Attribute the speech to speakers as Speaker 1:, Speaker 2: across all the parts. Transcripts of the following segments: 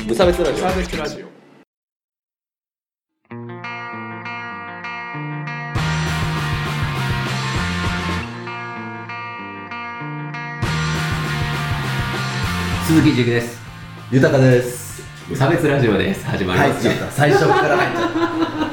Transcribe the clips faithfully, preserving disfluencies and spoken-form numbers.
Speaker 1: 無差別ラジオ。
Speaker 2: 無差別ラジオ。
Speaker 3: 鈴木塾です。
Speaker 4: 豊です。
Speaker 3: 無差別ラジオです。始まります。
Speaker 4: 入っちゃった。最初から入っちゃった。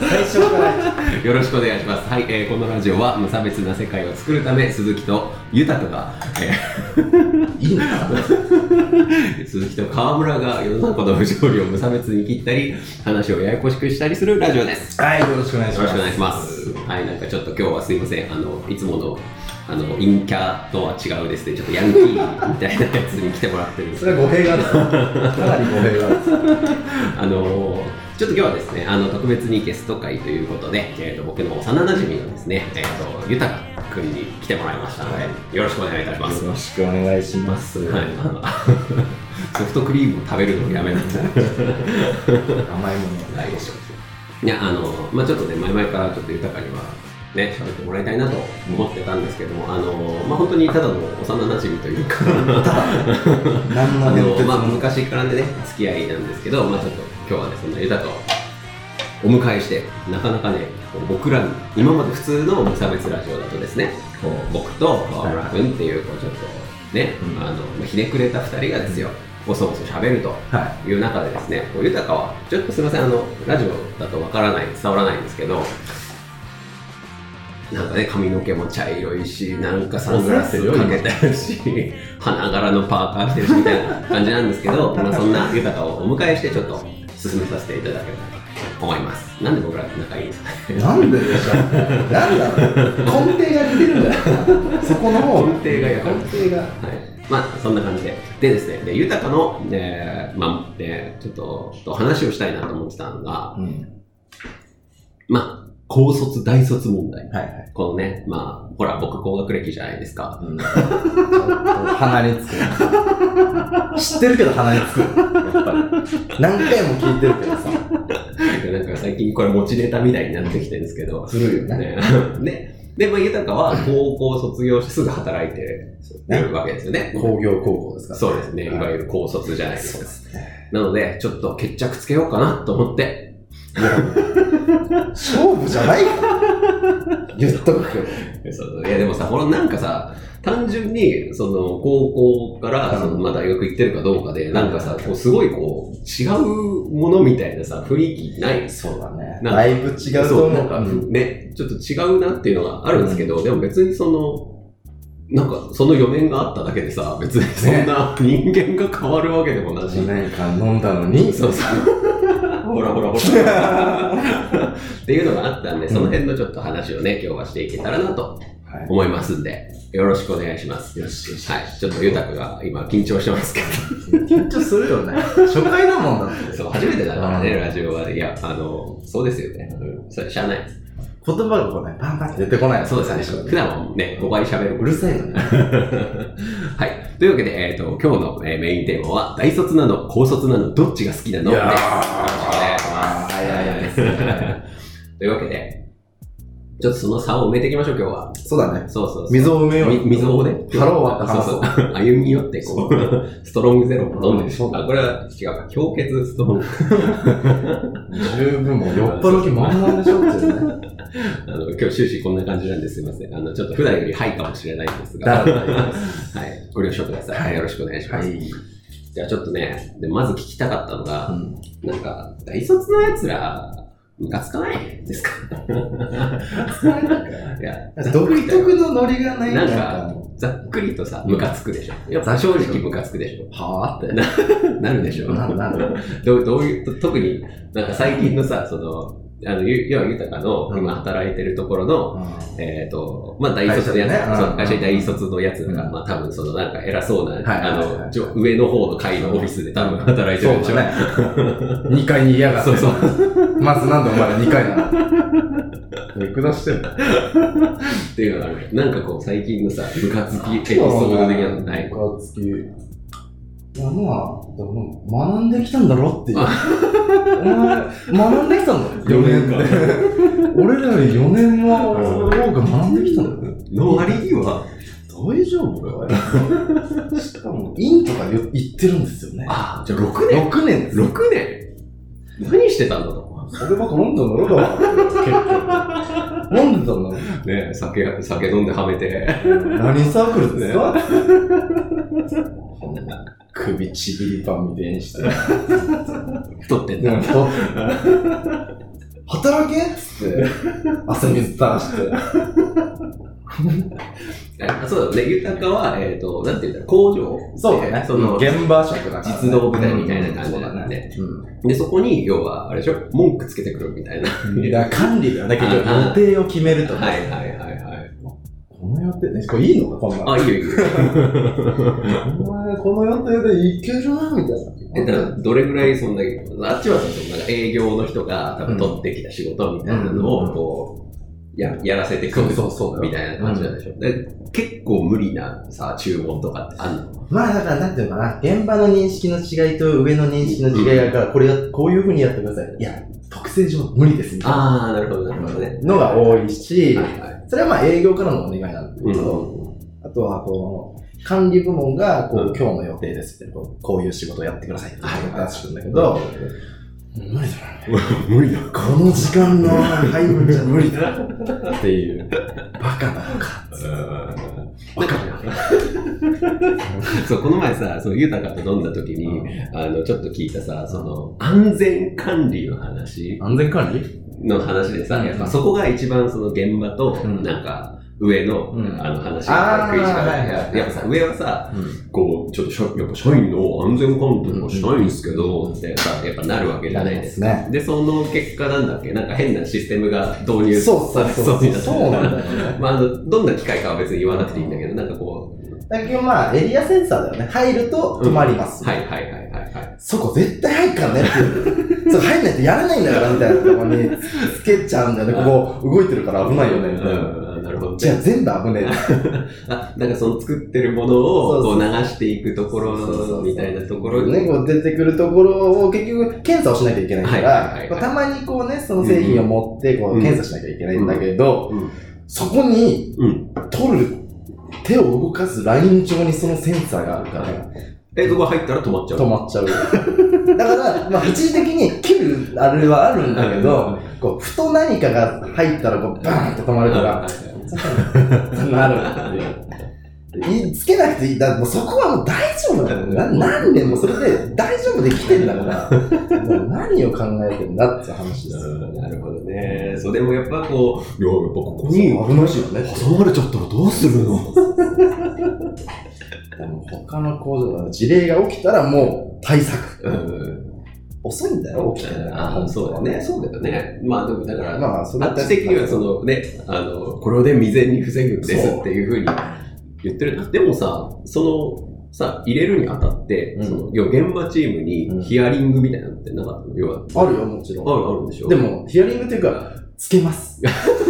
Speaker 4: 最初から入っちゃった。
Speaker 3: よろしくお願いします。はい、えー、このラジオは無差別な世界を作るため、鈴木と豊が、えー、
Speaker 4: いいのかな
Speaker 3: 鈴木と川村が世の中の不条理を無差別に切ったり、話をややこしくしたりするラジオです。
Speaker 4: はい、よろしくお願いします。
Speaker 3: よろしくお願いします。はい、なんかちょっと今日はすいません。あのいつものあの陰キャとは違うですね。ちょっとヤンキーみたいなやつに来てもらってるんです
Speaker 4: それは語弊がある。かなり語弊がある。
Speaker 3: あのちょっと今日はですね、あの特別にゲスト会ということで、えー、と僕の幼馴染のですね、えー、と豊くんに来てもらいましたので、はい、よろしくお願いいたします。
Speaker 4: よろしくお願いします。
Speaker 3: はい、あのソフトクリームを食べるのをやめなさい。
Speaker 4: 甘いもの
Speaker 3: ないでしょう。いや、あのまあちょっとね、前々からちょっと豊にはね、喋ってもらいたいなと思ってたんですけども、あのまあ本当にただの幼馴染というか
Speaker 4: 何の
Speaker 3: あの、まあ、昔からのね付き合いなんですけど、まあちょっと今日はねその豊をお迎えして、なかなかね僕らに今まで普通の無差別ラジオだとですね、こう僕と川村君っていうこうちょっとね、うん、あのひねくれたふたりがですよ、ボソボソ喋るという中でですね、こう豊はちょっとすみません、あのラジオだとわからない、伝わらないんですけど、なんかね、髪の毛も茶色いし、なんかサングラスかけてるし、花柄のパーカー着てるしみたいな感じなんですけど、まあそんな豊をお迎えしてちょっと進めさせていただければと思います。なんで僕ら仲いいんですかね。
Speaker 4: なんででしょう。なんだろう。根底が似てるんだよ。そこの方。
Speaker 3: 根底がや
Speaker 4: 根底が。はい。
Speaker 3: まあそんな感じで。でですね、で豊の、えー、まあ、ね、ちょっと、と話をしたいなと思ってたのが、うん、まあ、高卒大卒問題、はいはい、このね、まあほら僕高学歴じゃないですか、うん、ちょっと
Speaker 4: 鼻につく知ってるけど鼻につくやっぱり何回も聞いてるけどさ
Speaker 3: なんか最近これ持ちネタみたいになってきてるんですけど、
Speaker 4: ずるいよね。
Speaker 3: ねで, で、まあ、豊は高校卒業してすぐ働いてるわけですよね。
Speaker 4: 工業高校ですか。
Speaker 3: そうですね、いわゆる高卒じゃないですか。そうですね。なのでちょっと決着つけようかなと思って、
Speaker 4: 勝負じゃないから言っとくけど。
Speaker 3: そういやでもさ、ほらなんかさ、単純にその高校からそのまあ大学行ってるかどうかで、なんかさ、こうすごいこう違うものみたいなさ雰囲気ない？
Speaker 4: そうだね。だいぶ違うと思う。
Speaker 3: なんかね、ちょっと違うなっていうのがあるんですけど、うん、でも別にそのなんかそのよねんがあっただけでさ、別にそんな人間が変わるわけでもなし。
Speaker 4: よねんかん飲んだのに。
Speaker 3: そうそう。ほらほらほらっていうのがあったんで、その辺のちょっと話をね、今日はしていけたらなと思いますんで、はい、よろしくお願いします。
Speaker 4: よしよし。
Speaker 3: はい、ちょっと豊が今緊張してますけど。
Speaker 4: 緊張するよね。初回だもんだって。
Speaker 3: そう、初めてだからね、ラジオは。いや、あの、そうですよね。それしゃあない。
Speaker 4: 言葉がこうね、パンパンって出てこない。
Speaker 3: そうですね。普段はね、ごばい喋る。
Speaker 4: うるさいよね。
Speaker 3: はい。というわけで、えっと、今日のメインテーマは、大卒なの、高卒なの、どっちが好きなのです。よろしくお願いします。
Speaker 4: 早いですね。
Speaker 3: というわけで、ちょっとその差を埋めていきましょう、今日は。
Speaker 4: そうだね。
Speaker 3: そうそうそう。
Speaker 4: 溝を埋めよう。
Speaker 3: 溝をね。
Speaker 4: 腹を割って話
Speaker 3: そうそう。歩み寄って、こう、ストロングゼロを飲んで、あ、これは違うか、氷結ストロング。
Speaker 4: 十分もう酔っ払う気満々でしょっていうね。
Speaker 3: あの、今日終始こんな感じなんですいません。あの、ちょっと普段よりハイかもしれないんですが。はい。ご了承ください。はい。よろしくお願いします。はい。じゃあちょっとね、でまず聞きたかったのが、うん、なんか、大卒のやつら、ムカつかないですか？
Speaker 4: ムカつかないなんか。いや、独特のノリがない
Speaker 3: なんか、ざっくりとさ、ムカつくでしょ。やっぱ正直ムカつくでしょ。
Speaker 4: はぁって。
Speaker 3: なるでしょ。
Speaker 4: なるなる。
Speaker 3: どう、どういう、特に、なんか最近のさ、その、あの、要は豊の今働いてるところの、うん、えっ、ー、と、まあ大卒のやつ、会社,、ね、そう会社大卒のやつが、うん、まあ多分そのなんか偉そうな、はいはいはいはい、あの、上の方の階のオフィスで多分働いてるでしょ。
Speaker 4: そうだね。にかいに嫌がって。そうそう。まずなんでお前らにかいなの見下してんだ。
Speaker 3: っていうのがある。なんかこう最近のさ、ムカつきエピソード的なのない？
Speaker 4: ムカつき。いやまあ、でも学んできたんだろっていう。お前、学んできたんだよ。よねんで。俺らよりよねんは多く学んできたんだよ。
Speaker 3: の割には、
Speaker 4: 大丈夫かいしかも、院とか言ってるんですよね。
Speaker 3: ああ、じゃあろくねん ?
Speaker 4: ろく 年です。
Speaker 3: ろくねん何してたんだと。
Speaker 4: そればっか飲んだんだろうか結局。飲んでたんだろ
Speaker 3: ね酒、酒飲んではめて。
Speaker 4: 何サークルですか、ね、首ちぎりパンみたいにして。
Speaker 3: 太ってんだ。
Speaker 4: 太って働けっつって、汗水垂らして。
Speaker 3: そうだね、豊かは、えっ、ー、と、なんて言ったら、工場。
Speaker 4: そうだね。
Speaker 3: その、
Speaker 4: 現場職だから、
Speaker 3: ね、実動部隊みたいな感じなんで、うん。で、そこに、要は、あれでしょ、文句つけてくるみたいな。
Speaker 4: いや、管理だよね。結局、予定を決めるとか。
Speaker 3: はいはいはいはい。
Speaker 4: この予定、ね、これいいのかこんな。
Speaker 3: あ、いいよいいよ。
Speaker 4: お前、この予定でいけるな、みたいな。
Speaker 3: え、だからどれぐらいそんな、あっちはさ、なんか営業の人が多分取ってきた仕事みたいなのを、こう、や, やらせてくるみたいな感じなんでしょ。うん、で結構無理なさ、注文とかってあるの？
Speaker 4: まあだからなんていうのかな、現場の認識の違いと上の認識の違いがあるから、これや、こういう風にやってください。いや、特性上無理ですみたいな。
Speaker 3: ああ、なるほどなるほどね。
Speaker 4: のが多いし、
Speaker 3: はいはい、
Speaker 4: それはまあ営業からのお願いなんだけど、うん、あとはこう、管理部門がこう、うん、今日の予定ですって、こう、こういう仕事をやってくださいって出してくるんだけど、はい無理だな。
Speaker 3: 無理だ。
Speaker 4: この時間の配分じゃ無理だ。っていう。バカなのか。
Speaker 3: バカな。そう、この前さ、その豊かと飲んだ時に、うん、あの、ちょっと聞いたさ、その、安全管理の話。
Speaker 4: 安全管理
Speaker 3: の話でさ、やっぱそこが一番その現場と、なんか、上の、うん、あの話が食い違う。やっぱさ、上はさ、うん、こう、ちょっとしょ、やっぱ社員の安全管理もしたいんですけど、ってさ、やっぱなるわけじゃないですか。ね、で、その結果なんだっけ、なんか変なシステムが導入
Speaker 4: されそうになって。そうなんだよね。
Speaker 3: まあ、あの、どんな機械かは別に言わなくていいんだけど、なんかこう。
Speaker 4: だけどまあ、エリアセンサーだよね。入ると止まります。
Speaker 3: うん、はいはいはいはい、はい。そ
Speaker 4: こ絶対入っからねっていう。そう、入んないとやらないんだからみたいなところにつけちゃうんだよね。ここ動いてるから危ないよねみたいな。
Speaker 3: なるほど、ね。
Speaker 4: じゃあ全部危ねえ。
Speaker 3: あ、なんかその作ってるものをこう流していくところみたいなところに。
Speaker 4: ね、こう出てくるところを結局検査をしなきゃいけないから、はいはいはい、たまにこうね、その製品を持ってこう検査しなきゃいけないんだけど、うんうん、そこに取る、手を動かすライン上にそのセンサーがあるから、
Speaker 3: え、そこ入ったら止まっちゃう。
Speaker 4: 止まっちゃう。だから、まあ、一時的に切るあれはあるんだけど、こう、ふと何かが入ったら、こう、バーンって止まるから、なる。つけなくていい。だもうそこはもう大丈夫だよ。な何年もそれで大丈夫で来てんだから、もう何を考えてるんだって話です。
Speaker 3: なるほどね。それもやっぱこう、いや、やっぱここに
Speaker 4: 危ないしよね。
Speaker 3: 挟まれちゃったらどうするの？
Speaker 4: でも他の工場の事例が起きたらもう対策。うん、遅いんだよ、起きてる。
Speaker 3: ああ、そうだね。そうだよね。まあでもだから、まあ、それあっち的にはそのね、あの、これで未然に防ぐんですっていうふうに言ってる。でもさ、その、さ、入れるにあたって、うん、その、要は現場チームにヒアリングみたいなのってなかったの？要は。
Speaker 4: あるよ、もちろん。
Speaker 3: ある、あるんでしょ。
Speaker 4: でも、ヒアリングっていうか、つけます。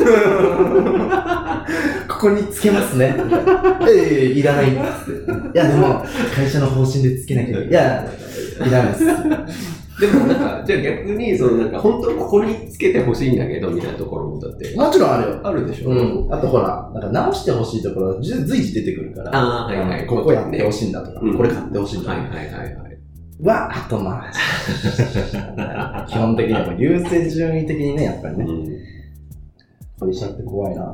Speaker 4: ここにつけますね。ええー、いらないんですって。いや、でも、会社の方針でつけなきゃいけない。いや、いらないです。
Speaker 3: でもなんか、じゃあ逆に、そのなんか、本当ここにつけてほしいんだけど、みたいなところもだって。
Speaker 4: もちろんあるよ。
Speaker 3: あるでしょ。
Speaker 4: うん。あとほら、なんか直してほしいところ、随時出てくるから。
Speaker 3: ああ、はいはい。
Speaker 4: ここやってほしいんだとか、うん、これ買ってほしいんだとか。
Speaker 3: はいはいはいはい。
Speaker 4: は、後回し。基本的には優先順位的にね、やっぱりね。うん会社って怖いな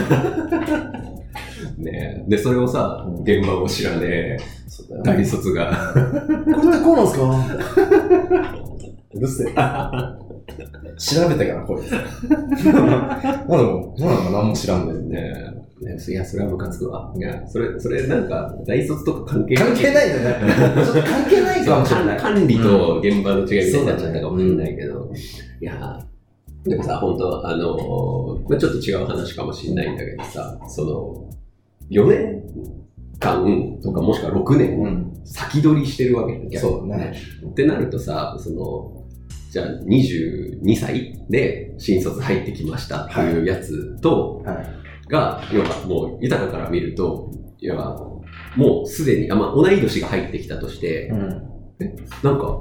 Speaker 3: ねえ。で、それをさ、現場を知らねえ、大卒が。
Speaker 4: これってこうなんすかうるせえ。調べてから来い。まあでも、まだ何も知らんでね。
Speaker 3: いや、それはムカつくわ。いや、それ、それなんか、大卒とか関係ない。
Speaker 4: 関係ないよね。ちょっと関係ないかもしれない。
Speaker 3: 管理と現場の違いみたいになっちゃったかもしれないけど。いや、でもさ、本当あの、まあ、ちょっと違う話かもしれないんだけどさ、その、よねんかんとかもしくはろくねん先取りしてるわけだ、
Speaker 4: そうだね。
Speaker 3: ってなるとさ、その、じゃあにじゅうにさいで新卒入ってきましたっていうやつと、はいはい、が、要はもう豊かから見ると、要はもうすでに、あ、まあ、同い年が入ってきたとして、うん、えなんか、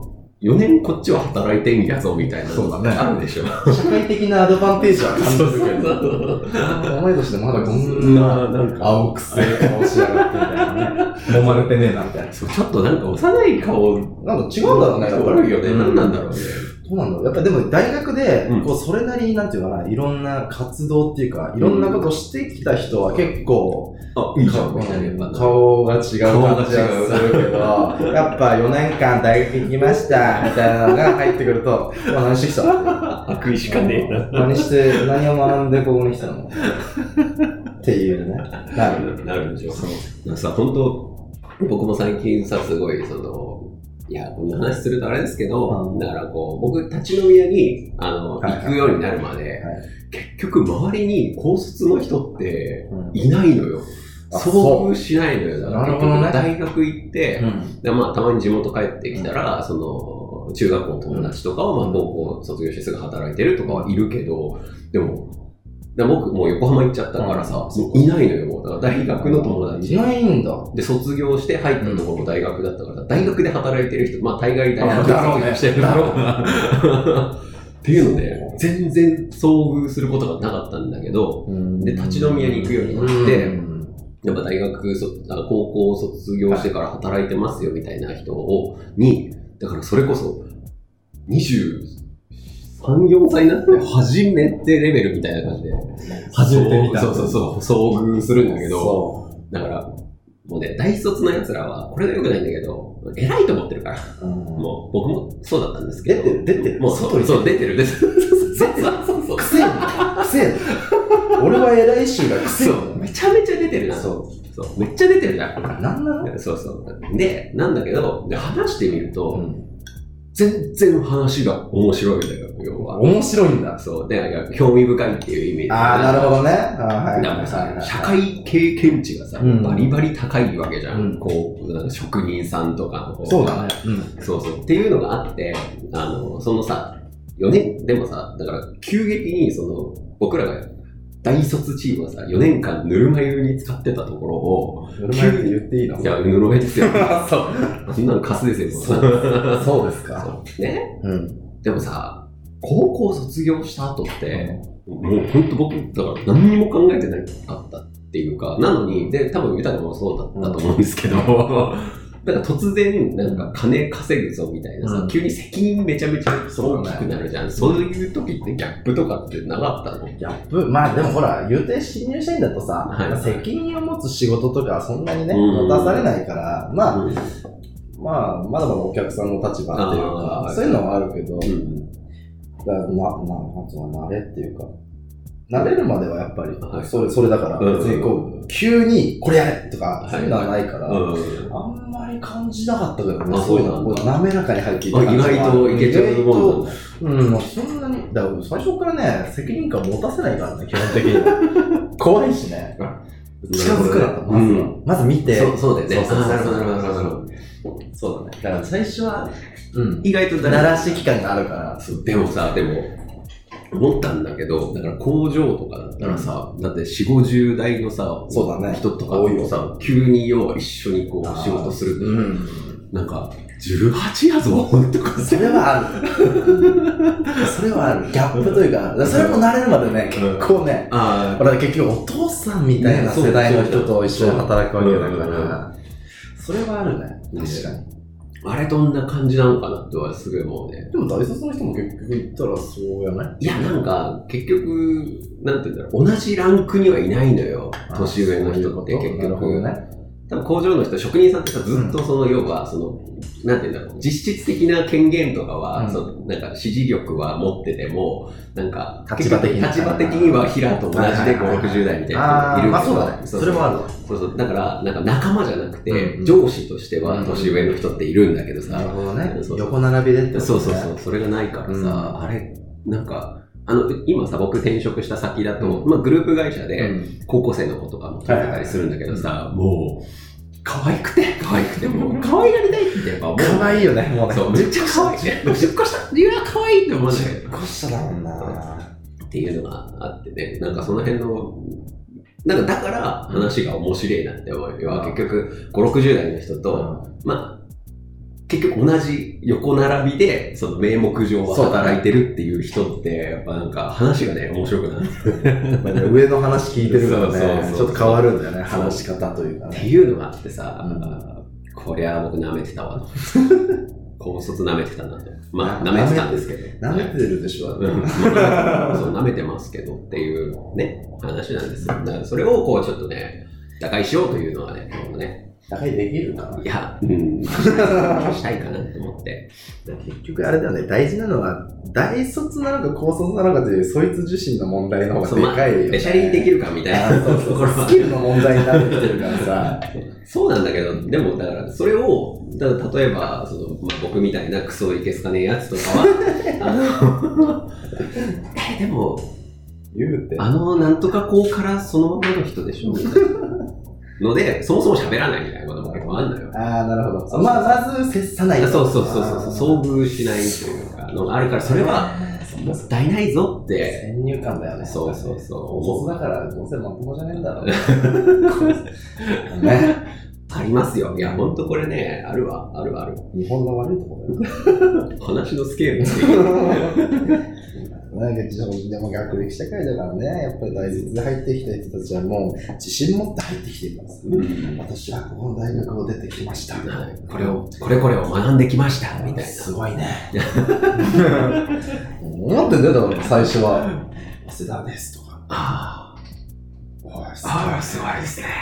Speaker 3: よねんこっちは働いてんやぞみたいなのがあるでしょ。
Speaker 4: 社会的なアドバンテージは感じるけど、同い年でまだこんな、なんか青くせえ顔しやがってみたいなね。揉まれてねえなみたいな。
Speaker 3: そう、ちょっとなんか幼い顔、
Speaker 4: なんか違うんだろうね、やっぱり。
Speaker 3: あるよね。うん、何なんだろうね。
Speaker 4: そうなんだろう。やっぱでも大学で、こう、それなりになんていうかな、いろんな活動っていうか、いろんなことをしてきた人は結構、
Speaker 3: あ、いいじゃん、みたいな。
Speaker 4: 顔が違う感じはするけど、やっぱよねんかん大学行きました、みたいなのが入ってくると、何してきた
Speaker 3: 悪意しかねえ
Speaker 4: な。何して、何を学んでここに来たのっていうね。
Speaker 3: なる。なるんでしょ。そう。なんかさ、本当僕も最近さ、すごい、その、いや、こんな話するとあれですけど、うん、だからこう、僕、立ち飲み屋に、あの、はいはい、行くようになるまで、はい、結局、周りに高卒の人っていないのよ。うん、遭遇しないのよ。だから結局、大学行って、うんでまあ、たまに地元帰ってきたら、うん、その、中学校の友達とかは、まあ、高校卒業してすぐ働いてるとかはいるけど、でも、僕もう横浜行っちゃったからさ、もういないのよ、もう。だから大学の友達。
Speaker 4: いないんだ。
Speaker 3: で、卒業して入ったところも大学だったから、大学で働いてる人、まあ大概大学で卒業してるだろうな。っていうので、全然遭遇することがなかったんだけど、で、立ち飲み屋に行くようになって、やっぱ大学そ、高校卒業してから働いてますよみたいな人を、に、だからそれこそ、にじゅうさん、よんさいになって初めてレベルみたいな感じで。
Speaker 4: 初めて見た。
Speaker 3: そうそうそう、遭遇するんだけど、だから、もうね、大卒の奴らは、これが良くないんだけど、偉いと思ってるから。うん、もう、僕もそうだったんですけど。
Speaker 4: 出てる、出てる。
Speaker 3: もう、そう、そう、出てる、出てる。そう
Speaker 4: そうそう。くせえの。くせえの。俺は偉い衆がくせえの。
Speaker 3: そう、めちゃめちゃ出てるな。そう。そう、めっちゃ出てるじゃん。
Speaker 4: なんなの？
Speaker 3: そうそう。で、なんだけど、で話してみると、うん全然話が面白いんだよ、要は。
Speaker 4: 面白いんだ。
Speaker 3: そう。で、興味深いっていう意味で。
Speaker 4: ああ、なるほどね。あはい。
Speaker 3: なんかさ、社会経験値がさ、うん、バリバリ高いわけじゃん。うん、こう、なんか職人さんとかの。
Speaker 4: そうだね。
Speaker 3: うん。そうそう。っていうのがあって、あの、そのさ、よねん、でもさ、だから急激にその、僕らが大卒チームはさ、よねんかんぬるま湯に使ってたところを、
Speaker 4: ぬるま湯って言っていいの？
Speaker 3: いや、ぬるま湯ですよ。
Speaker 4: そう。
Speaker 3: そんなのカスですよ。
Speaker 4: そうそうですか。
Speaker 3: そうね。うん。でもさ、高校卒業した後って、うん、もうほんと僕、だから何にも考えてなかったっていうか、なのに、で、多分豊もそうだったと思うんですけど、だから突然、なんか金稼ぐぞみたいなさ、うん、急に責任めちゃめちゃ大きくなるじゃん。そういう時ってギャップとかってなかったの？
Speaker 4: ギャップまあでもほら、言うて新入社員だとさ、はいはい、責任を持つ仕事とかそんなにね、持たされないから、まあ、うん、まあ、まだまだお客さんの立場っていうか、そういうのはあるけど、うん、だからな、な、なんつうの、慣れっていうか、慣れるまではやっぱり、はい、それ、それだから、別にこう、急にこれやれとか、そういうのはないから、はいはい、あんまり感じなかったけどね、そういうのは、滑らかに入っていた
Speaker 3: 意外といけちゃうもんなんだ。
Speaker 4: うん、そんなに、だから最初からね、責任感持たせないからね、基本的に。怖いしね。近づくなと、まず、うん、まず見て。
Speaker 3: そう、そうだよね。
Speaker 4: そうそうそう。
Speaker 3: なるほど、なるほど、なるほど。
Speaker 4: そうだね。だから最初は、
Speaker 3: うん、意外と
Speaker 4: 慣らし期間があるから。
Speaker 3: でもさ、でも、思ったんだけど、だから工場とかだったらさ、うん、だってよんじゅう、ごじゅう代のさ、
Speaker 4: そうだね、
Speaker 3: 人とかもさ、急に要は一緒にこう仕事すると、うん、なんか、じゅうはちやぞとか
Speaker 4: それはある。それはある。ギャップというか、それも慣れるまでね、結構ね、あ俺結局お父さんみたいな世代の人と一緒に働くわけだから、それはあるね、確かに。
Speaker 3: あれどんな感じなのかなってはすごい思うね。
Speaker 4: でも大卒の人も結局言ったらそうやない？
Speaker 3: いや、なんか、結局、なんて言うんだろう、同じランクにはいないのよ。年上の人って結局。ね。多分工場の人、職人さんってさ、ずっとその、要は、その、なんて言うんだろう、実質的な権限とかは、うん、そのなんか指示力は持ってても、なんか、
Speaker 4: 立場的に
Speaker 3: 立場的には平と同じでご、ろくじゅう代みたいな人がいるけど、
Speaker 4: まあそうだね。それもあるわ。
Speaker 3: そうそう。だから、なんか仲間じゃなくて、うん、上司としては年上の人っているんだけどさ。
Speaker 4: なるほどね。横並びでってことね。
Speaker 3: そうそうそう。それがないからさ、うん、あれ、なんか、あの、今さ、僕転職した先だと、うん、まあグループ会社で、高校生の子とかも聞いてたりするんだけどさ、もう、可愛くて、可愛くて、もう、可愛がりたいってやっぱ思う。
Speaker 4: 可愛いよね、もうね。
Speaker 3: そう、めっちゃ可愛い。じゅっこした。いや、可愛いって思うんだけど。
Speaker 4: じゅっこしただもんな
Speaker 3: っていうのがあってね、なんかその辺の、なんかだから話が面白いなって思う。要は結局、ご、ろくじゅう代の人と、まあ、 結局同じ横並びで、その名目上は働いてるっていう人って、やっぱなんか話がね、面白くなる。
Speaker 4: ね、上の話聞いてるからね、
Speaker 3: そうそうそうそう、
Speaker 4: ちょっと変わるんだよね、話し方というかね。
Speaker 3: っていうのがあってさ、
Speaker 4: うん、
Speaker 3: こりゃ僕舐めてたわ。高卒舐めてたなと。まあ、舐めてたんですけど。
Speaker 4: 舐めてるでしょ、
Speaker 3: うん、そう舐めてますけどっていうね、話なんですよ。だからそれをこうちょっとね、打開しようというのはね、今後ね、
Speaker 4: 打開できるかな。
Speaker 3: いや、うん、したいかなと思って。
Speaker 4: 結局あれだよね、大事なのは、大卒なのか高卒なのかという、そいつ自身の問題の方がでかいよね。
Speaker 3: べしゃりできるかみたいな
Speaker 4: そうそうそうスキルの問題になってきてるからさ。
Speaker 3: そうなんだけど、でもだから、それを、だ例えば、そのまあ、僕みたいなクソいけすかねえやつとかは、あのえ、でも、
Speaker 4: 言うて。
Speaker 3: あの、なんとか校からそのままの人でしょみたいな。ので、そもそも喋らないみたいなことも結構あるんだよ。
Speaker 4: ああ、なるほど。まあ、まず接さないと。
Speaker 3: そうそうそうそう、遭遇しないというか、のがあるから、それは、もったいないぞって。
Speaker 4: 先入観だよね。
Speaker 3: そうそうそう。
Speaker 4: 高卒だから、どうせまともじゃねえんだろうね。
Speaker 3: ありますよ。いや、ほんとこれね、あるわ、あるある。
Speaker 4: 日本の悪いところだよ。
Speaker 3: 話のスケールっていう。
Speaker 4: なんかでも学歴社会だからね、やっぱり大卒で入ってきた人たちはもう自信持って入ってきています、うん、私はここの大学を出てきました、
Speaker 3: はい、これをこれこれを学んできましたみたいな。
Speaker 4: すごいね思ってんだよ、だから最初は早稲田ですとか、
Speaker 3: ああすごいですね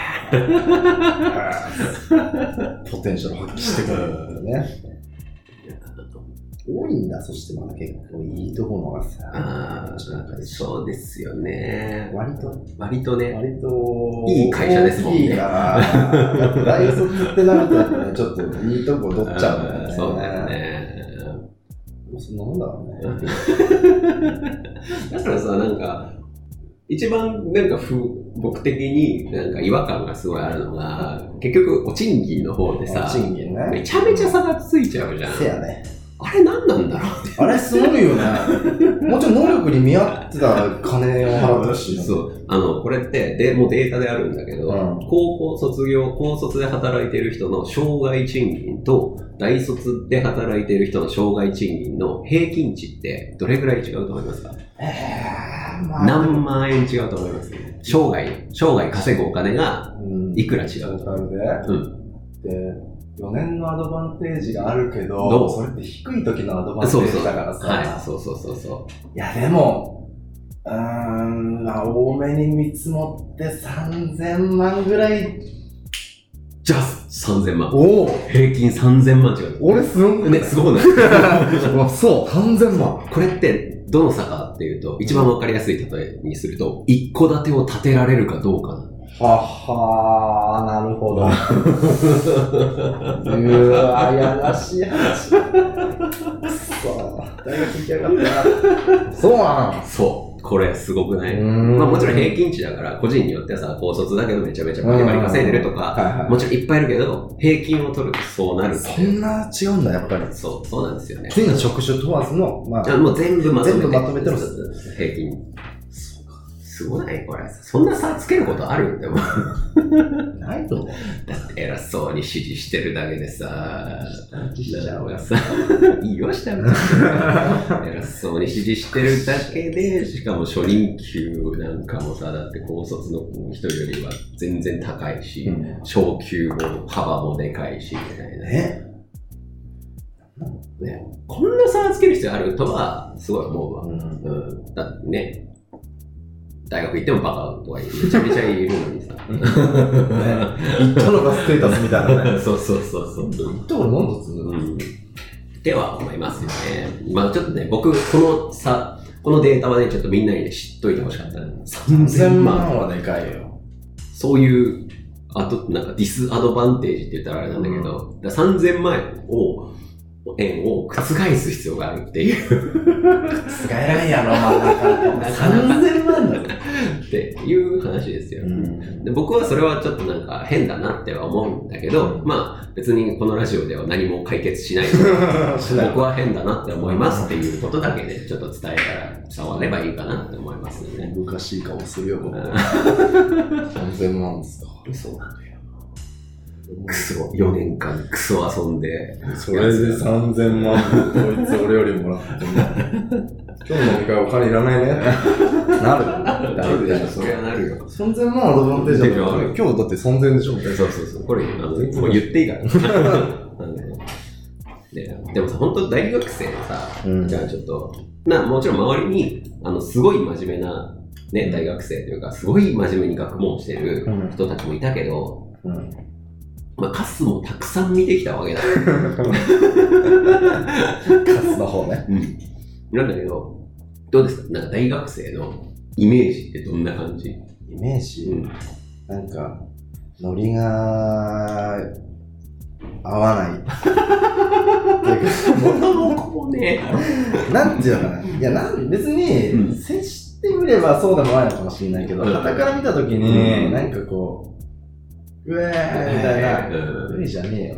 Speaker 4: ポテンシャル発揮してくるんだよね。多いんだ、そしてまだ結構いいところがさ。
Speaker 3: ああ、そうですよね。
Speaker 4: 割と、
Speaker 3: 割とね、
Speaker 4: 割と
Speaker 3: いい会社ですもんね。
Speaker 4: いいから、大卒ってなるとね、ちょっといいとこ取っちゃうんだよね。
Speaker 3: そうだよね。
Speaker 4: そんなもんだろうね。
Speaker 3: だからさ、なんか、一番なんかふ僕的になんか違和感がすごいあるのが、結局お賃金の方でさ、
Speaker 4: 賃金ね、
Speaker 3: めちゃめちゃ差がついちゃうじゃん。
Speaker 4: せやね。
Speaker 3: あれ何なんだろうって。
Speaker 4: あれすごいよね。もちろん能力に見合ってた金を払ってほしい。
Speaker 3: そう。あの、これって、で、もうデータであるんだけど、うん、高校卒業、高卒で働いている人の生涯賃金と、大卒で働いている人の生涯賃金の平均値ってどれくらい違うと思いますか？
Speaker 4: えー、まあ、
Speaker 3: 何万円違うと思います？生涯、生涯稼ぐお金がいくら違うと思う？
Speaker 4: うん。でよねんのアドバンテージがあるけど、それって低い時のアドバンテージだからさ。
Speaker 3: そうそうそうそう。
Speaker 4: いやでも、うーん、まあ、多めに見積もってさんぜんまんぐらい。
Speaker 3: じゃあさんぜんまん。
Speaker 4: おお。
Speaker 3: 平均さんぜんまん違う。
Speaker 4: 俺すごい
Speaker 3: ね、すごいね。
Speaker 4: そう、さんぜんまん。
Speaker 3: これってどの差かっていうと、一番わかりやすい例えにすると、一戸建てを建てられるかどうかな。
Speaker 4: ははー、なるほど。うわ、やらしい話。くそ、大学行きやがったな。そうなん
Speaker 3: そう。これすごくない？まあもちろん平均値だから、個人によってはさ、高卒だけどめちゃめちゃバリバリ稼いでるとか、はいはい、もちろんいっぱいいるけど、平均を取るとそうなるって。
Speaker 4: そんな違うんだ、やっぱり。
Speaker 3: そう、そうなんですよね。
Speaker 4: 次の職種問わずの、
Speaker 3: まあ、もう全部まとめて。
Speaker 4: 全部まとめての
Speaker 3: 平均。すごないこれ。そんな差つけることあるって思う。
Speaker 4: ないと思う。
Speaker 3: だって偉そうに指示してるだけでさ、なんかさ、いいよ、したら。偉そうに指示してるだけで、しかも初任給なんかもさ、だって高卒の人よりは全然高いし、うん、昇給も幅もでかいし、みたいな。
Speaker 4: ね。
Speaker 3: ね、こんな差つける必要あるとは、すごい思うわ。うんうん、だってね、大学行ってもバカとかめちゃめちゃいるのにさ。ね、
Speaker 4: 行ったのがステータスみたいなね。
Speaker 3: そうそうそうそう。
Speaker 4: 行ったから何だつうの、うん、
Speaker 3: では思いますよね。まあちょっとね、僕、このさ、このデータはね、ちょっとみんなにね、知っといてほしかった。
Speaker 4: さんぜんまんはでかいよ。
Speaker 3: そういう、あと、なんかディスアドバンテージって言ったらあれなんだけど、うん、さんぜんまん円を、円を覆す必要があるっていう。
Speaker 4: 覆らんやろ、まあ、さんぜんまんだ
Speaker 3: っていう話ですよ、うん、で。僕はそれはちょっとなんか変だなっては思うんだけど、うん、まあ別にこのラジオでは何も解決しないので、僕は変だなって思いますっていうことだけでちょっと伝えたら伝わればいいかなって思いますよね。
Speaker 4: 難しい顔するよ、僕。さんぜんまんですか。
Speaker 3: そうなんだよ。 クソ、よねんかんクソ遊んで。
Speaker 4: それでさんぜんまんこいつ俺よりもらっても。今日の飲み会お金いらないね。なる
Speaker 3: なるでしょ、それはなるよ。
Speaker 4: さんぜんまんアドバンテージだから、今日だってさんぜんでしょ。
Speaker 3: そうそうそう。これ、あの、もう言っていいから。で, でもさ、本当大学生でさ、うん、じゃあちょっと、な、もちろん周りに、あの、すごい真面目な、ね、大学生というか、すごい真面目に学問してる人たちもいたけど、うんうん、まあ、カスもたくさん見てきたわけだ。カ
Speaker 4: スの方ね。
Speaker 3: うん。なんだけど、どうですか？なんか大学生のイメージってどんな感じ？
Speaker 4: イメージ、うん、なんか、ノリが合わない。
Speaker 3: 物の子もね。
Speaker 4: なんていうのかな。いや、なん別に、接してみればそうでもないのかもしれないけど、傍、うん、から見たときに、うん、なんかこう、うえーみたいな、無理じゃねえよ。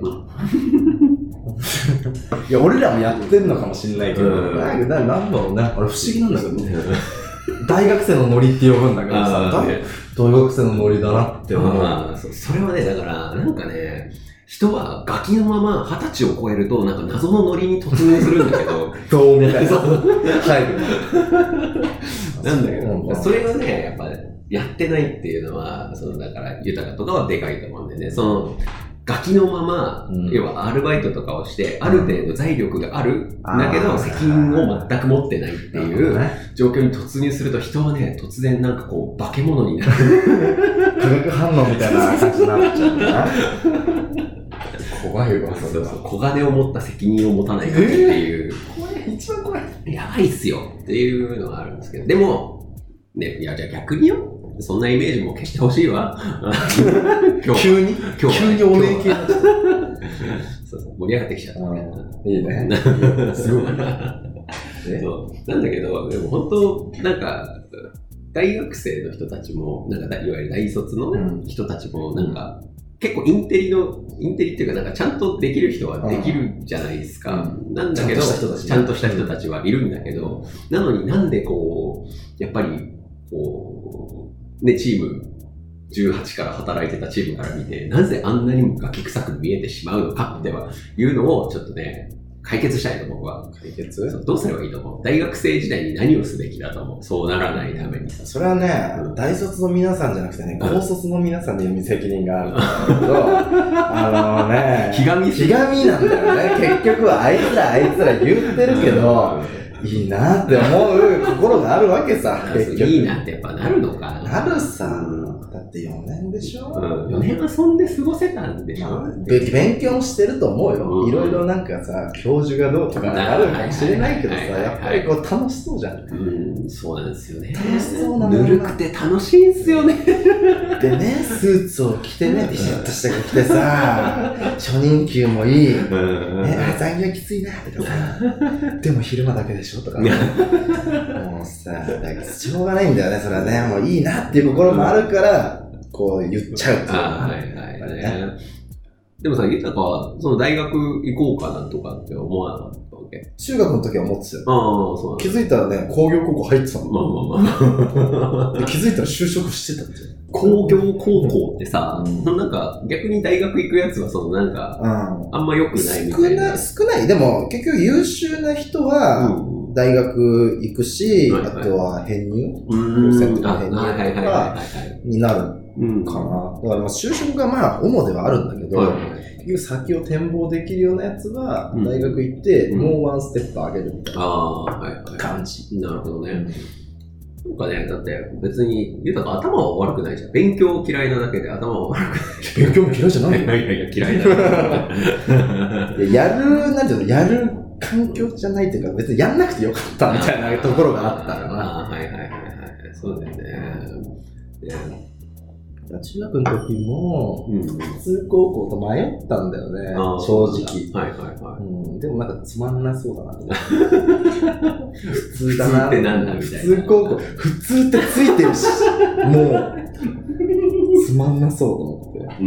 Speaker 4: いや、俺らもやってんのかもしれないけど、うん、なんだろうね。俺不思議なんだけどね。大学生のノリって呼ぶんだけどさ、大学生のノリだなって思う。
Speaker 3: あそ, それはね、だから、なんかね、人はガキのまま二十歳を超えると、なんか謎のノリに突入するんだけど、
Speaker 4: どうみたいな。はい。
Speaker 3: なんだけど、それはね、やっぱやってないっていうのは、そのだから豊かとかはでかいと思うんでね、そのガキのまま、うん、要はアルバイトとかをして、ある程度財力があるんだけど、責任を全く持ってないっていう状況に突入すると、人はね、突然なんかこう、化け物になる。
Speaker 4: 化学反応みたいな感じになっちゃうんだな。怖いわ、
Speaker 3: そうそう。小金を持った責任を持たないかっていう。
Speaker 4: えー、怖い、一番怖い。
Speaker 3: やばいっすよっていうのがあるんですけど、でも、ね、いや、じゃあ逆によ。そんなイメージも消してほしいわ。
Speaker 4: 今日急に今日急にお礼系になっちゃった。
Speaker 3: そうそう、盛り上がってきちゃったね。
Speaker 4: いいね。すごい。
Speaker 3: そう。なんだけど、でも本当、なんか、大学生の人たちも、なんかいわゆる大卒の人たちも、なんか、うん、結構インテリの、インテリっていうか、なんかちゃんとできる人はできるじゃないですか。うん、なんだけど、ちゃんとした人たちはいるんだけど、なのになんでこう、やっぱり、こう、ね、チームじゅうはちから働いてたチームから見て、なぜあんなにもガキ臭く見えてしまうのかっていうのをちょっとね、解決したいと僕は。
Speaker 4: 解決？
Speaker 3: どうすればいいと思う？大学生時代に何をすべきだと思う？そうならないために。
Speaker 4: それはね、うん、大卒の皆さんじゃなくてね、高卒の皆さんに読み責任があるんだけど、あのね、
Speaker 3: ひがみ
Speaker 4: ひがみなんだよね。結局はあいつらあいつら言ってるけど、いいなって思う心があるわけさ。
Speaker 3: 結局いいなってやっぱなるのか
Speaker 4: な。なるさ。だってよねんでしょ、
Speaker 3: うん、よねん遊んで過ごせたんでしょ、まあ、
Speaker 4: 勉強してると思うよ。いろいろなんかさ、教授がどうとかあるかもしれないけどさ、やっぱりこう楽しそうじゃん。
Speaker 3: うん、そうなんですよね。
Speaker 4: 楽しそうなの。
Speaker 3: ぬるくて楽しいんすよね。
Speaker 4: でね、スーツを着てね、ビシッとした服着てさ、初任給もいい。ね、残業きついなとかさ、でも昼間だけでしょとか、ね、もうさ、だからしょうがないんだよね、それはね。もういいなっていう心もあるから、こう言っちゃうっていう。
Speaker 3: あ、はいはいはい、ね。でもさ、豊かは、その大学行こうかなとかって思わなかったわけ？
Speaker 4: 中学の時は思ってたよ。
Speaker 3: ああ、そうなんだ。
Speaker 4: 気づいたらね、工業高校入ってたの。
Speaker 3: まあまあまあ。
Speaker 4: で気づいたら就職してたんですよ。
Speaker 3: 工業高校ってさ、うん、なんか逆に大学行くやつはそのなんか、うん、あんま良くないみたいな。
Speaker 4: 少ない、少ない。でも結局優秀な人は大学行くし、うん、あとは編入、高専とか編入とかになるかな。だからまあ就職がまあ主ではあるんだけど、はいはい、結局先を展望できるようなやつは大学行って、うん、もうワンステップ上げるみたいな感じ。
Speaker 3: なるほどね。なんかね、だって別に、豊か頭は悪くないじゃん。勉強嫌いなだけで頭は悪くない。
Speaker 4: 勉強も嫌いじゃない
Speaker 3: いやいやいや、嫌いだ。
Speaker 4: やる、なんていうの、やる環境じゃないというか、別にやんなくてよかったみたいなところがあったからな。
Speaker 3: ああ、はいはいはいはい。そうだよね。ね
Speaker 4: 中学の時も、うん、普通高校と迷ったんだよね、正直。はいはいはい、うん。でもなんかつまんなそうだなと思って。普通だな。
Speaker 3: 普通ってなんだみたいな。
Speaker 4: 普通高校、普通ってついてるし、もう、つまんなそうと思って。うん、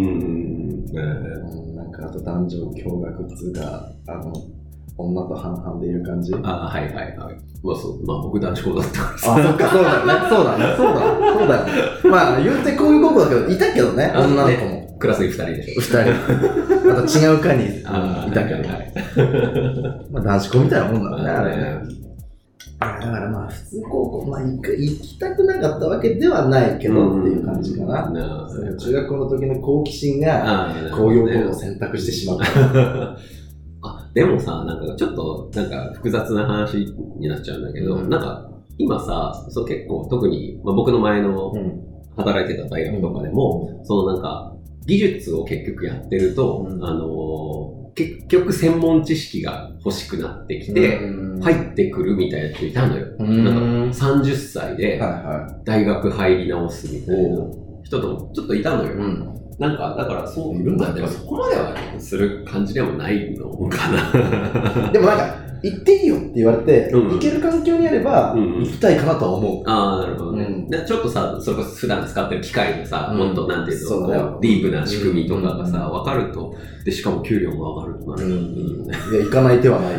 Speaker 4: えー、なんかあと男女共学っつうか、あの、女と半々でいる感じ。
Speaker 3: ああ、はいはいはい。まあそう、まあ僕男子校だったから
Speaker 4: さ。あ、そっか、そうだね。そうだね。そうだ、そうだよね。まあ言うてこういう高校だけど、いたけどね、女の子も。
Speaker 3: クラスにふたりでしょ。
Speaker 4: ふたり。また違う科にいたけど。まあ男子校みたいなもんだね、あれね。だからまあ普通高校、まあ行く行きたくなかったわけではないけどっていう感じかな。中学校の時の好奇心が工業高を選択してしまった。
Speaker 3: あ、でもさ、なんかちょっとなんか複雑な話になっちゃうんだけど、うん、なんか今さ、そう結構特に、まあ、僕の前の働いてた大学とかでも、うん、そのなんか技術を結局やってると、うん、あの結局専門知識が欲しくなってきて、入ってくるみたいな人いたのよ。なんかさんじゅっさいで大学入り直すみたいな人ともちょっといたのよ。うん、なんか、だからそう、いるんだけど、そこまではする感じでもないのかな。
Speaker 4: でもなんか、行っていいよって言われて、うん、行ける環境にあれば、行きたいかなとは思う。
Speaker 3: ああ、なるほどね。うん、でちょっとさ、それこそ普段使ってる機械のさ、もっとなんていうの、こうディープな仕組みとかがさ、わかると、で、しかも給料も上がるとなるといいよね。
Speaker 4: いや、行かない手はない。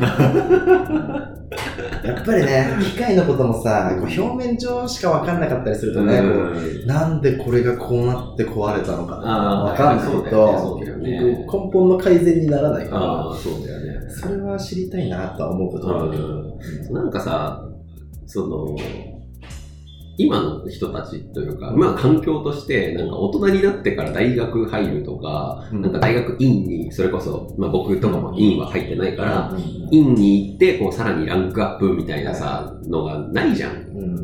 Speaker 4: やっぱりね、機械のこともさ、こう表面上しか分かんなかったりするとね、こうなんでこれがこうなって壊れたのか分かんないと、根本の改善にならないから、
Speaker 3: あそうだよね、
Speaker 4: それは知りたいなとは思うことあるけど、
Speaker 3: なんかさ、その今の人たちというか、まあ環境として、なんか大人になってから大学入るとか、うん、なんか大学院に、それこそ、まあ僕とかも院は入ってないから、うん、院に行って、こうさらにランクアップみたいなさ、のがないじゃん。うん、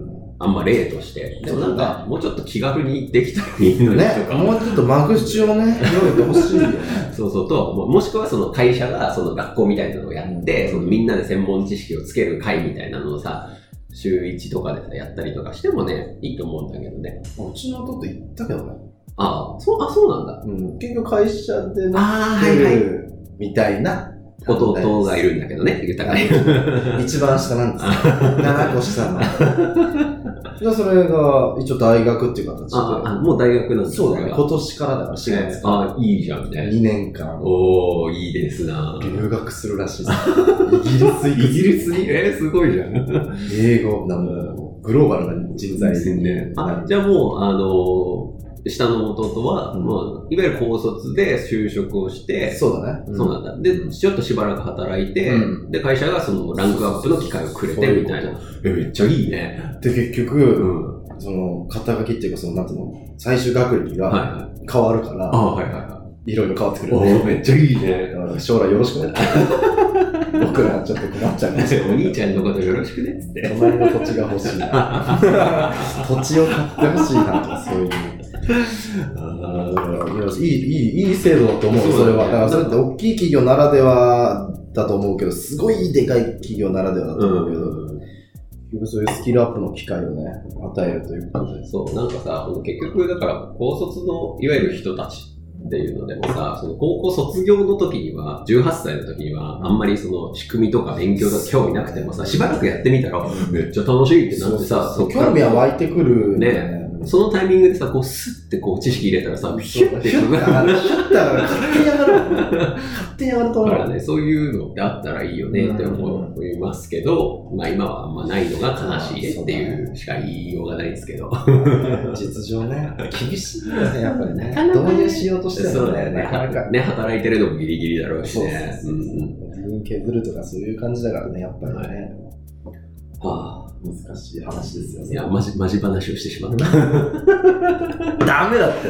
Speaker 3: あんま例として。でもなんか、もうちょっと気軽にできたらいいのにとか。
Speaker 4: ね、もうちょっと間口をね、広げてほしいよね。
Speaker 3: そうそうと、もしくはその会社がその学校みたいなのをやって、うん、そのみんなで専門知識をつける会みたいなのをさ、週いちとかでさ、やったりとかしてもね、いいと思うんだけどね。
Speaker 4: うちの弟言ったけどね。
Speaker 3: ああ、そう、あ、そうなんだ。
Speaker 4: うん。結局会社でなってるみたいな。
Speaker 3: 弟がいるんだけどね、豊かに。
Speaker 4: 一番下なんですよ。ななこ下の。じゃあそれが一応大学っていう形で。
Speaker 3: ああ、もう大学なんです
Speaker 4: か。そうだね。今年からだからしがつから。
Speaker 3: ああ、いいじゃんね。
Speaker 4: にねんかん。
Speaker 3: おー、いいですな。
Speaker 4: 留学するらしいです。イギリス
Speaker 3: イギリスにえー、すごいじゃん。
Speaker 4: 英語、なんもグローバルな人材です
Speaker 3: ね。あ、じゃあもう、あのー、下の弟は、うん、もういわゆる高卒で就職をして、
Speaker 4: そうだね。
Speaker 3: うん、そうなんだ。で、ちょっとしばらく働いて、うん、で、会社がそのランクアップの機会をくれてみたいな。え、めっちゃいいね。
Speaker 4: で、結局、うん、その、肩書きっていうか、その、なんていうの、最終学歴が変わるから、
Speaker 3: はいはい、あはいはいはい。
Speaker 4: いろいろ変わってくる、
Speaker 3: ね。めっちゃいいね。
Speaker 4: だから将来よろしくね。僕らちょっと困っちゃうね。
Speaker 3: お兄ちゃんのことよろしくねっつって。
Speaker 4: 隣の土地が欲しいな。土地を買ってほしいなとか、そういう。あだからいい、いい、いい制度だと思う、それは。だからそれって大きい企業ならではだと思うけど、すごいでかい企業ならではだと思うけど、うん、そういうスキルアップの機会をね、与えるということで。
Speaker 3: そう、なんかさ、結局だから高卒のいわゆる人たちっていうのでもさ、その高校卒業の時には、じゅうはっさいの時には、あんまりその仕組みとか勉強とか興味なくてもさ、しばらくやってみたら、めっちゃ楽しいってなってさ、
Speaker 4: そうそう興味は湧いてくる
Speaker 3: ね。そのタイミングでさ、こうスッてこう知識入れたらさ、ヒュッて
Speaker 4: ヒュッて上がる。ヒュッて上がる。勝手に上がる。勝手に上がると思う。
Speaker 3: だからね、そういうのってあったらいいよねって思いますけど、まあ今はあんまないのが悲しいねっていうしか言いようがないですけど。
Speaker 4: 実情ね、厳しいよね、やっぱりね。導入しようとして
Speaker 3: るんだよね。ね、働いてるのもギリギリだろうしね。
Speaker 4: 自分削るとかそういう感じだからね、やっぱりね。はあ難しい話ですよね。
Speaker 3: いや、マジ、マジ話をしてしまった。
Speaker 4: ダメだって。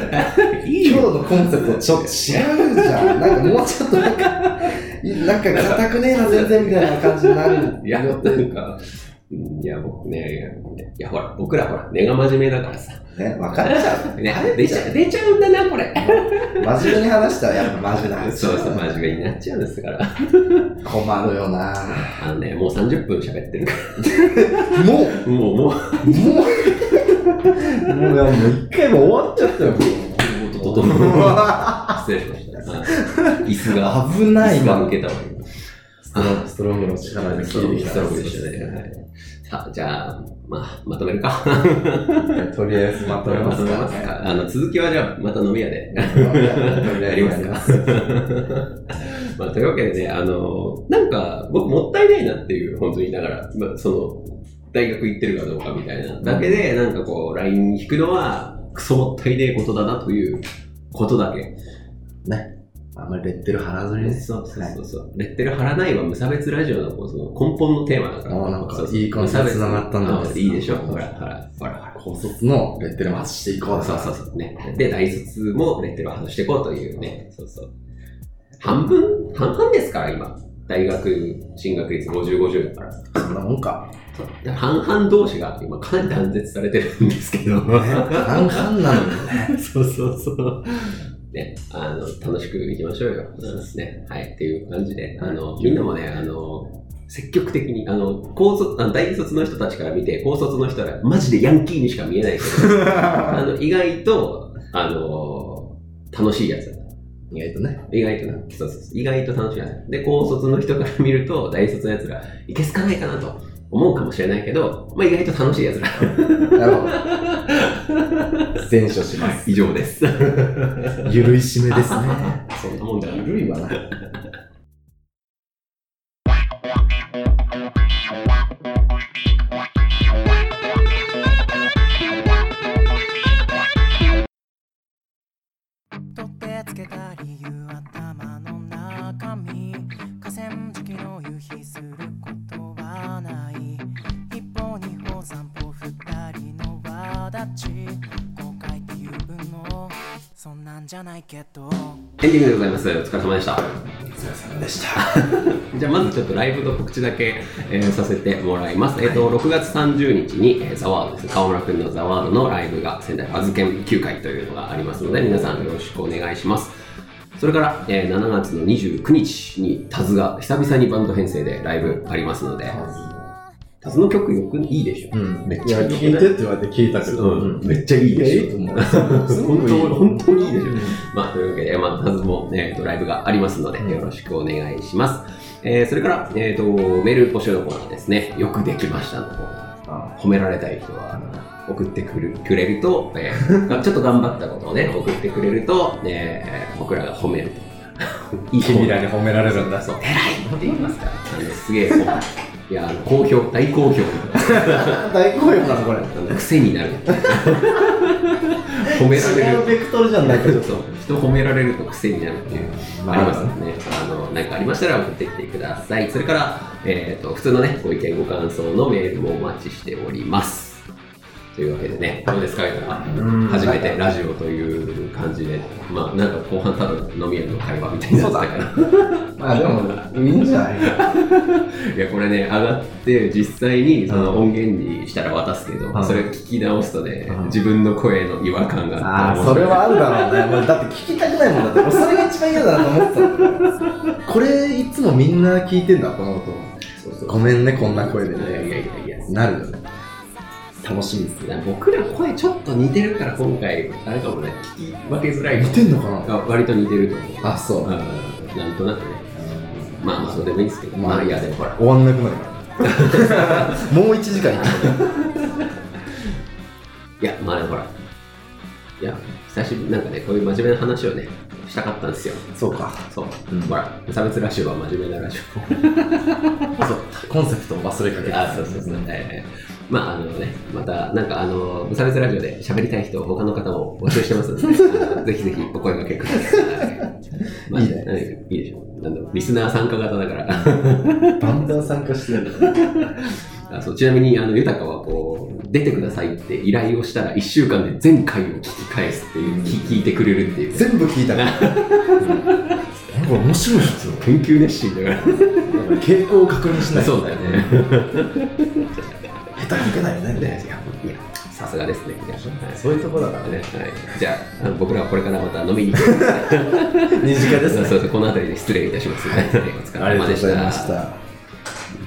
Speaker 4: いい今日のコンセプトちょっと違うじゃん。なんかもうちょっとなんか、なんか硬くねえな全然みたいな感じになる。
Speaker 3: いや、なんか、いや、僕ね、いや、ほら、僕らほら、根が真面目だからさ。
Speaker 4: ね、分かっちゃう。
Speaker 3: ね、出ちゃう、出ちゃうんだな、これ。
Speaker 4: 真面目に話したらやっぱ真面目な話。
Speaker 3: そうそう、真面目になっちゃうんですから。
Speaker 4: 困るよな
Speaker 3: あのね、もうさんじゅっぷん喋ってるか
Speaker 4: ら。もう
Speaker 3: もう、もう。もう、
Speaker 4: もう、もう一回も終わっちゃったよ。もう、
Speaker 3: ととと失礼しました。椅子が、
Speaker 4: 危ない。
Speaker 3: 椅子が抜けたわけ。
Speaker 4: ストロングの力で聞いてきた。
Speaker 3: ストロングでしたね。さあ、じゃあ、まあ、まとめるか。
Speaker 4: とりあえずまとめますか。
Speaker 3: あの、続きはじゃあ、また飲み屋で。やりますか。まあ、というわけでね、あの、なんか、僕もったいないなっていう、本当に言いながら、まあ、その、大学行ってるかどうかみたいなだけで、なんかこう、ライン 引くのは、クソもったいねえことだなということだけ
Speaker 4: ね。あんまりレッテル貼らずにね。
Speaker 3: そうそうそうそう、はい。レッテル貼らないは無差別ラジオのその根本のテーマだから。
Speaker 4: ああ、なんかいい感じで繋がったんだ
Speaker 3: ね。いいでしょ。ほら、ほら、ほら、ほら。
Speaker 4: 高卒のレッテルも外していこう。
Speaker 3: そうそうそう。ね。で、大卒もレッテルを外していこうというね。そうそう。半分半々ですから、今。大学進学率ごじゅう、ごじゅうだから。
Speaker 4: そんなもんか。
Speaker 3: 半々同士が今かなり断絶されてるんですけど。
Speaker 4: 半々なのにね。
Speaker 3: そうそうそう。ね、あの、楽しくいきましょうよ。うん、ね。はい。っていう感じで、あの、みんなもね、あの、積極的に、あの、高卒、あの大卒の人たちから見て、高卒の人はマジでヤンキーにしか見えないけど、あの、意外と、あの、楽しいやつだ。
Speaker 4: 意外とね。
Speaker 3: 意外とね。そうそうそう。意外と楽しいやつ。で、高卒の人から見ると、大卒のやつら、いけすかないかなと思うかもしれないけど、まあ、意外と楽しいやつら。
Speaker 4: なるほど。全処します。
Speaker 3: 以上です。
Speaker 4: ゆるい締めですね。
Speaker 3: そんなもんだよ。
Speaker 4: ゆるいわな。
Speaker 1: 取ってつけた理由頭の中身河川敷の夕日することはない一歩二歩三歩二人の輪立ち後悔っていうのそんなんじゃないけど
Speaker 3: エンディングでございます。お疲れ様でした。
Speaker 4: お疲れ様でした。
Speaker 3: じゃあまずちょっとライブの告知だけ、えー、させてもらいます。えっ、ー、と、ろくがつさんじゅうにちに、えー、ザワードですね、川村くんのザワードのライブが仙台バズ研究会というのがありますので、皆さんよろしくお願いします。それから、えー、しちがつのにじゅうくにちにタズが久々にバンド編成でライブありますので、タズの曲よくいいでしょ。
Speaker 4: うん、めっちゃいい。聞いてって言われて聞いたけど、
Speaker 3: うん、めっちゃいいでしょ。
Speaker 4: いいと思う。
Speaker 3: 本当本当にいいでしょ。まあというわけで、まあタズもねライブがありますのでよろしくお願いします。えー、それからえっ、ー、とメール募集のコーナーですね。よくできましたの方、褒められたい人は送ってくるくれると、えー、ちょっと頑張ったことをね送ってくれると、えー、僕らが褒めると。
Speaker 4: いい君らに褒められるんだ。
Speaker 3: そう、偉いって言いますから。あのすげえ。いや、好評、大好評。
Speaker 4: 大好評なのこれ。
Speaker 3: 癖になる。褒められる。
Speaker 4: 違うベクトルじゃないけど、
Speaker 3: そう、人褒められると癖になるっていう、まあ、ありますので、ね、あの、何かありましたら送ってきてください。それから、えっと、普通のね、ご意見、ご感想のメールもお待ちしております。というわけでね、どうですか、初めてラジオという感じで、まあなんか後半ただ飲み屋の会話みたいになったから。
Speaker 4: まあでもいいんじゃないか。
Speaker 3: いやこれね上がって実際にその音源にしたら渡すけど、うん、それ聞き直すとね、うん、自分の声の違和感があって、
Speaker 4: ああそれはあるだろうね。もうだって聞きたくないもんだって。それが一番嫌だなと思ってた。これいつもみんな聞いてんだと思うと、そうそうごめんねこんな声でね。
Speaker 3: いやいやいやいや
Speaker 4: なるよね。楽しみですね。
Speaker 3: 僕ら声ちょっと似てるから今回あれかもね聞き分けづらい。
Speaker 4: 似てんのかな。
Speaker 3: 割と似てると思う。
Speaker 4: あそう。
Speaker 3: なんとなくね。まあまあそれでもいいんですけど。まあいやでもほら
Speaker 4: 終わんなくなるからもういちじかんいく
Speaker 3: いやまあでもほらいや久しぶりなんかねこういう真面目な話をねしたかったんですよ。
Speaker 4: そうか
Speaker 3: そう、うん、ほら無差別ラジオは真面目なラジオ
Speaker 4: そうコンセプトを忘れかけて
Speaker 3: あそうそうそう、えーまああのね、またなんかあの無差別ラジオで喋りたい人他の方も募集してますのでぜひぜひお声掛けください。まあ、いいね。いいでしょ。なんだろうリスナー参加型だから
Speaker 4: バンバン参加してる
Speaker 3: あそうちなみにあの豊はこう出てくださいって依頼をしたらいっしゅうかんで全回を聞き返すっていう、うん、聞いてくれるっていう
Speaker 4: 全部聞いたからなんか面白いですよ。
Speaker 3: 研究熱心だから
Speaker 4: 傾向を確認しない。
Speaker 3: そうだよね
Speaker 4: 下手にいけないよね。
Speaker 3: いやさすがですね。
Speaker 4: そういうところだからね。
Speaker 3: はい、じゃあ、あの僕らはこれからまた飲みに行く
Speaker 4: 二次会ですね。
Speaker 3: そうそうこの辺りで失礼いたします。はい、お疲れ様でした。
Speaker 4: ありがとうございました。